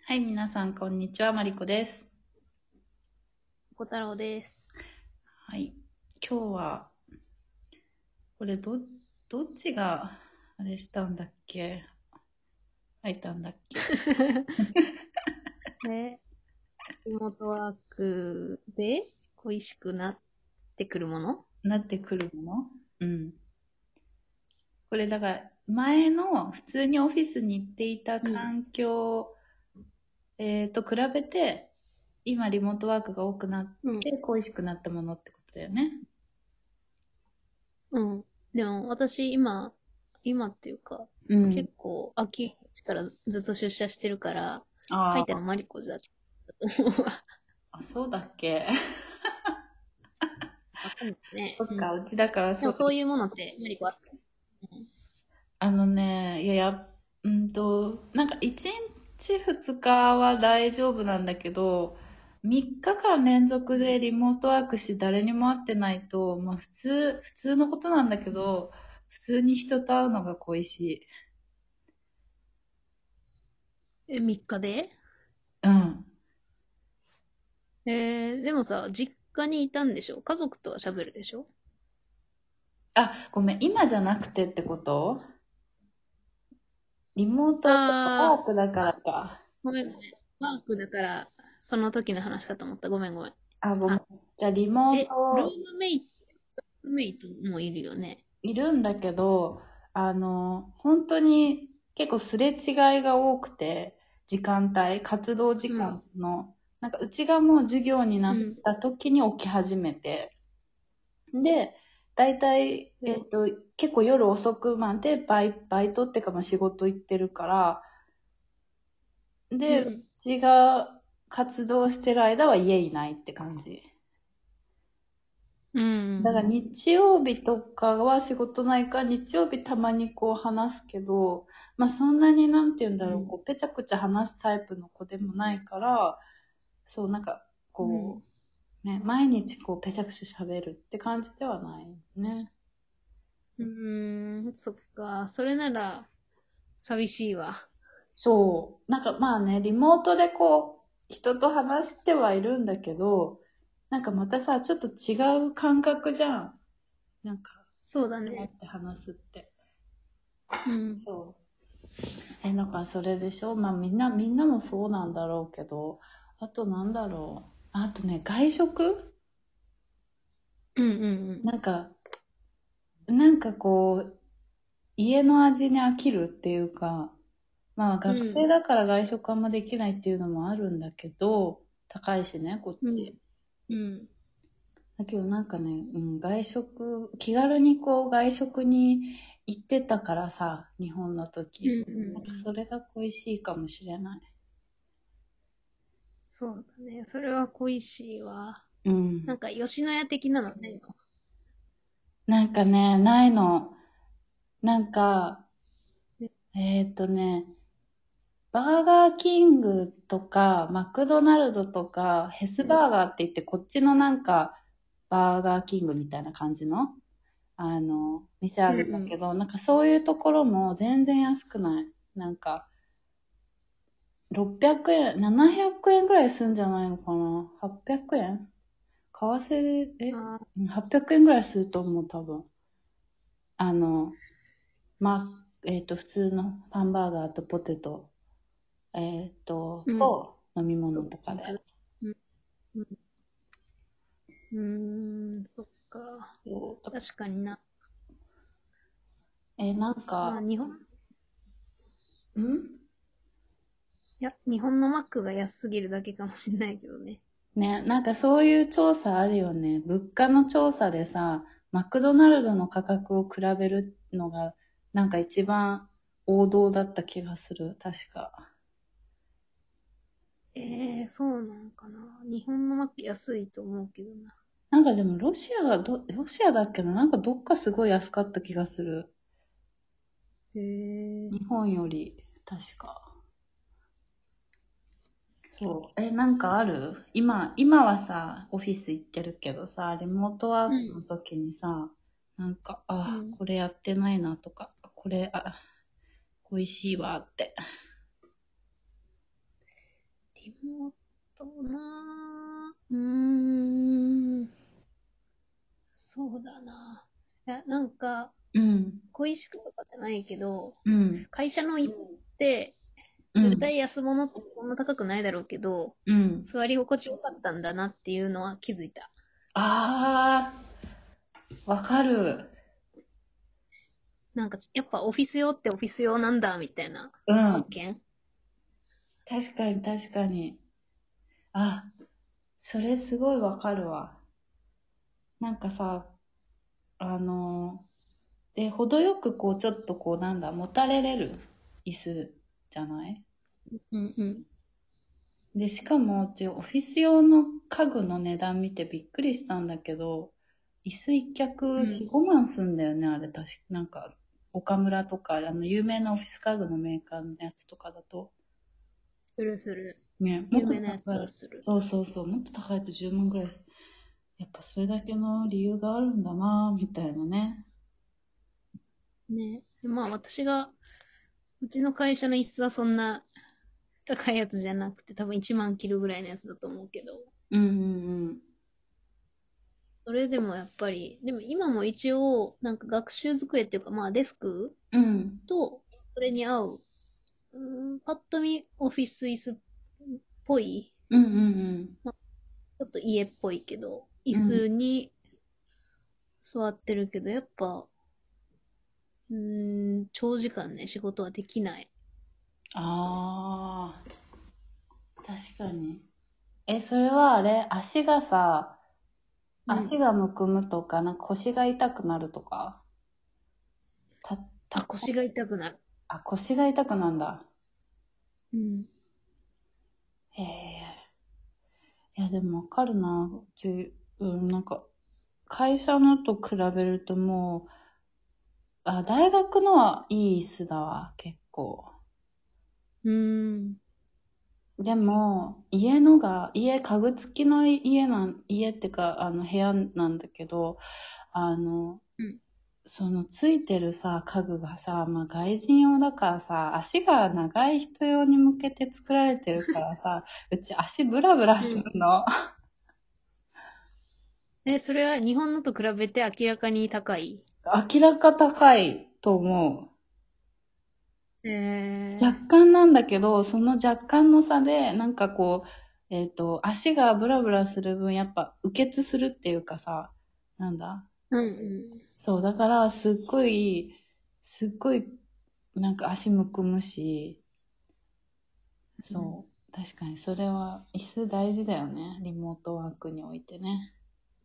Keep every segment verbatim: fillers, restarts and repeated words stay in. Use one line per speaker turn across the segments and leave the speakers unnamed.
はい、皆さん、こんにちは。マリコです。
小太郎です。
はい。今日は、これ、ど、どっちが、あれしたんだっけ書いたんだっけ
ね、リモートワークで恋しくなってくるもの。
なってくるもの。うん。これ、だから、前の普通にオフィスに行っていた
うん。
環境、えーと比べて、今、リモートワークが多くなっ
うん。
て恋しくなったものってことだよね。
うん。でも私今、今っていうか、
うん。
結構秋口からずっと出社してるから、書いたの
ああ、
マリコだったと思うわ。
あ、そうだっけ
わかんないね。
そっか、
うん。
うちだからそう。
でもそういうものってマリコあった。うん。
あのね、いや、や、うんと、なんかいちにちふつかは大丈夫なんだけど、みっかかん連続でリモートワークして誰にも会ってないと、まあ普通、普通のことなんだけど、普通に人と会うのが恋しい。
え、みっかで。
うん。
えー、でもさ、実家にいたんでしょ？家族とは喋るでしょ？
あ、ごめん、今じゃなくてってこと？リモートワ
あー、
ークだからか。
ごめんごめん。ワークだから、その時の話かと思った。ごめんごめん。
あ、ごめん。
あ、
じゃあリモー
え、ルー
ト
ムメイト、ルームメイトもいるよね。
いるんだけど、あの、本当に結構すれ違いが多くて、時間帯、活動時間
うん。
の、なんかうちがもう授業になっ
うん。
た時に起き始めて、で、大体、え
で、
っと、結構夜遅くまでバイ、バイトっていうかまあ仕事行ってるから、で、う
うん。
ちが活動してる間は家いないって感じ。
う
だから
ん。
日曜日とかは仕事ないから、日曜日たまにこう話すけど、まあそんなになんて言うんだろう、
うん。
こうペチャクチャ話すタイプの子でもないから、そうなんかこ
うん。
う、ね、毎日こうペチャクチャ喋るって感じではないね。
うん。そっか。それなら、寂しいわ。
そう。なんかまあね、リモートでこう、人と話してはいるんだけど、なんかまたさ、ちょっと違う感覚じゃん。なんか、
そうだね。
こうやって話すって。
うん。
そう。え、なんかそれでしょ？まあみんな、みんなもそうなんだろうけど、あとなんだろう。あとね、外食
うんうん
なんか、なんかこう、家の味に飽きるっていうか、まあ
うん。
学
うん。
生だから外食あんまできないっていうのもあるんだけど、高いしね、こっ
うん。
ち。
うん。
だけどなんかね、うん、外食、気軽にこう外食に行ってたからさ、日本の
うん。
時。
うん。
なんかそれが恋しいかもしれない。
そうだね。それは恋しいわ。
うん。
なんか、吉野家的なのないの？
なんかね、ないの。なんか、
ね。
えーっとね、バーガーキングとか、マクドナルドとか、ヘス
うん。
バーガーって言って、こっちのなんか、バーガーキングみたいな感じの、あの、店あ
うん。
るんだ
うん。
けど、なんかそういうところも全然安くない。なんか、ろっぴゃくえん、ななひゃくえんぐらいするんじゃないのかな？ はっぴゃく 円為替、え、
あー、
うんはっぴゃくえんぐらいすると思う、多分。あの、ま、えっと、普通のハンバーガーとポテト、えっと、
うん。
と、飲み
と、
物とかで。
肉。うん。うん。うーん、そっか。
そうだ
確かにな。
え、なん
まあ、
か、
日本、
ん
いや、日本のマックが安すぎるだけかもしれないけどね。
ね、なんかそういう調査あるよね。物価の調査でさ、マクドナルドの価格を比べるのが、なんか一番王道だった気がする。確か。
ええー、そうなんかな。日本のマック安いと思うけどな。
なんかでもロシアがど、ロシアだっけななんかどっかすごい安かった気がする。
へえ。
日本より、確か。そう。え、なんかある今、今はさ、オフィス行ってるけどさ、リモートワー
うん。
クの時にさ、なんか、あ、
うん。
これやってないなとか、これ、あ、恋しいわって。
リモートなぁ。うーん。そうだな。いや、なんか、
うん。
恋しくとかじゃないけど、
うん。
会社の椅子って、
うん。
絶対安物ってそんな高くないだろうけど、
うん。
座り心地よかったんだなっていうのは気づいた。
あー、わかる。
なんか、やっぱオフィス用ってオフィス用なんだ、みたいな
うん。
発見。
確かに確かに。あ、それすごいわかるわ。なんかさ、あので、程よくこう、ちょっとこう、なんだ、持たれれる椅子じゃない？
うんうん。
で、しかも、うちオフィス用の家具の値段見てびっくりしたんだけど、椅子一脚よん、
うん。
ごまんすんだよね、あれ確か。なんか、岡村とか、あの、有名なオフィス家具のメーカーのやつとかだと。
するする。
ね、もっと
有名なやつ
高い。
はする。
そうそうそう、もっと高いとじゅうまんぐらいです。やっぱそれだけの理由があるんだなみたいなね。
ね。まあ私が、うちの会社の椅子はそんな高いやつじゃなくて、多分いちまん切るぐらいのやつだと思うけど、
うんうん
それでもやっぱり、でも今も一応、なんか学習机っていうか、まあデスク
うん。うん。
と、それに合う、うーん、パッと見オフィス椅子っぽい、
うんうん
まあ、ちょっと家っぽいけど、椅
うん。うん。
子に座ってるけど、やっぱ、うーん、長時間ね、仕事はできない。
ああ、確かに。え、それはあれ、足がさ、
うん。
足がむくむとか、なんか腰が痛くなるとか、た、
あ、
た、
腰が痛くなる。
あ、腰が痛くなんだ。
うん。
へえ。いや、でもわかるな。うち、うん、なんか、会社のと比べるともう、あ、大学のはいい椅子だわ、結構。
うーん。
でも、家のが、家、家具付きの家なん、家ってか、あの、部屋なんだけど、あの、
うん。
そのついてるさ、家具がさ、まあ外人用だからさ、足が長い人用に向けて作られてるからさ、うち足ブラブラする
うん。
の。
え、それは日本のと比べて明らかに高い？
明らか高いと思
え
う。若
ー、
干なんだけど、その若干の差で、なんかこう、えっと、足がブラブラする分、やっぱ、う血するっていうかさ、なんだ
うんうん。
そう、だから、すっごい、すっごい、なんか足むくむし、
うん。
そう。確かに、それは、椅子大事だよね。リモートワークにおいてね。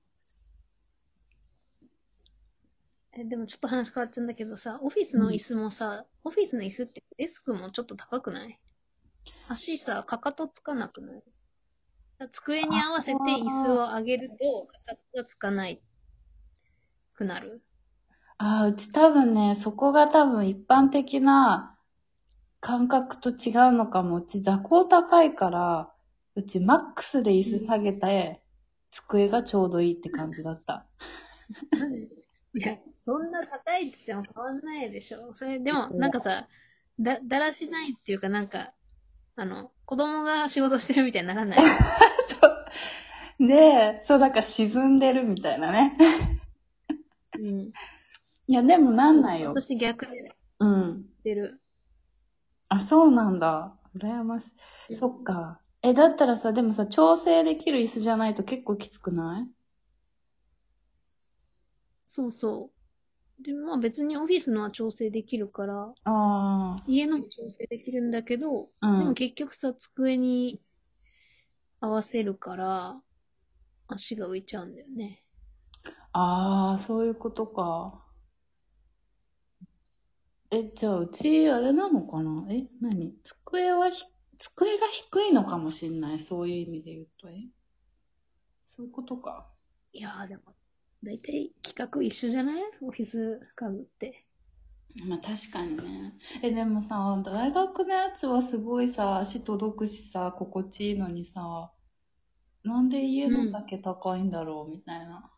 え、でもちょっと話変わっちゃうんだけどさ、オフィス
うん。
の椅子もさ、オフィスの椅子ってデスクもちょっと高くない？足さ、かかとつかなくない？机に合わせて椅子を上げると、かかとがつかないくなる。
ああ、うち多分ね、そこが多分一般的な感覚と違うのかも。うち座高高いから、うちマックスで椅
うん。
子下げて、机がちょうどいいって感じだった。
マジで。いや、そんな高いって言っても変わんないでしょ。それ、でも、なんかさ、だ、だらしないっていうかなんか、あの、子供が仕事してるみたいにならない？
そう。で、そう、だから沈んでるみたいなね。
うん。
いや、でもなん
そう、
ないよ。
私逆でやっ
うん。
てる。
あ、そうなんだ。羨ましい。そっか。え、だったらさ、でもさ、調整できる椅子じゃないと結構きつくない？
そうそう。で、まあ別にオフィスのは調整できるから、
あ
家のも調整できるんだけど、
あ、う
でも
ん。
結局さ、机に合わせるから、足が浮いちゃうんだよね。
ああ、そういうことか。え、じゃあ、うち、あれなのかな？え、何机はひ、机が低いのかもしんない。そういう意味で言うと。え、そういうことか。
いやーでも、だいたい企画一緒じゃない？オフィス家具って。
まあ確かにね。え、でもさ、大学のやつはすごいさ、足届くしさ、心地いいのにさ、なんで家
うん。
のだけ高いんだろうみたいな。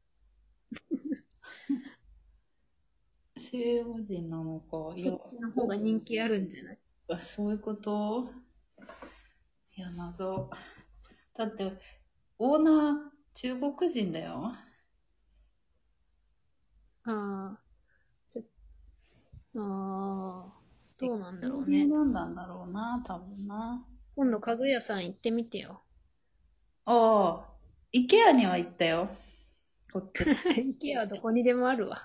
西洋人なのか。いや、
そっちの方が人気あるんじゃない？
あそういうこと？ いや、謎。だって、オーナー、中国人だよ。
ああ、ちょ、ああ、どうなんだろうね。
人なんなんだろうな、多分な。
今度家具屋さん行ってみてよ。
ああ、イケアには行ったよ。こっち。
イケアはどこにでもあるわ。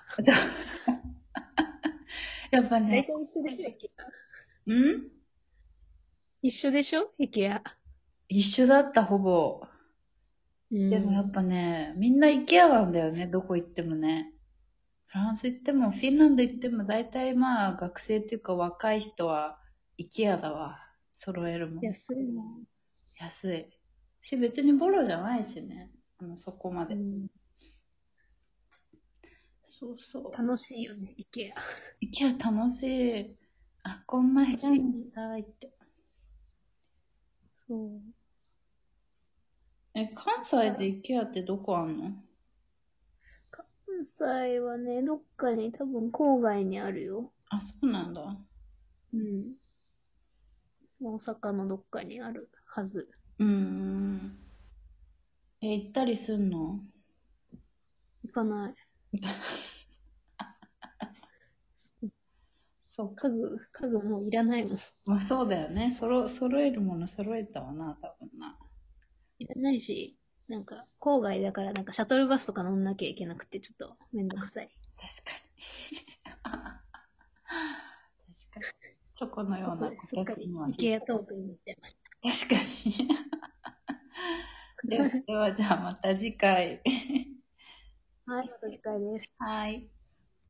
やっぱね、
大体一緒でしょ、イケア。
ん
一緒でしょ、イケア。
一緒だった、ほぼ。
う
でもやっぱね、みんなイケアなんだよね、どこ行ってもね。フランス行っても、フィンランド行っても、大体まあ、学生っていうか若い人は、イケアだわ。揃えるもん。
安いな。
安い。し、別にボロじゃないしね。あの、そこまで。
うん、
そうそう。
楽しいよね、イケア。
イケア楽しい。あ、こんな部屋にしたいって。
そう。
え、関西でイケアってどこあんの？
関西はね、どっかに多分郊外にあるよ。
あ、そうなんだ。
うん。大阪のどっかにあるはず。
うーん。え、行ったりすんの？
行かない。
そうか。
家具、家具もういらないもん。
まあそうだよね。そろ、揃えるもの揃えたわな、多分な。
いらないし、なんか、郊外だからなんかシャトルバスとか乗んなきゃいけなくて、ちょっとめんどくさい。
確かに。確かに。チョコのよう
ここ
な
ですっかり
には
イケアトークになっちゃいまし
確かに。では、ではじゃあまた次回。
た。はい、また次回です。
はい。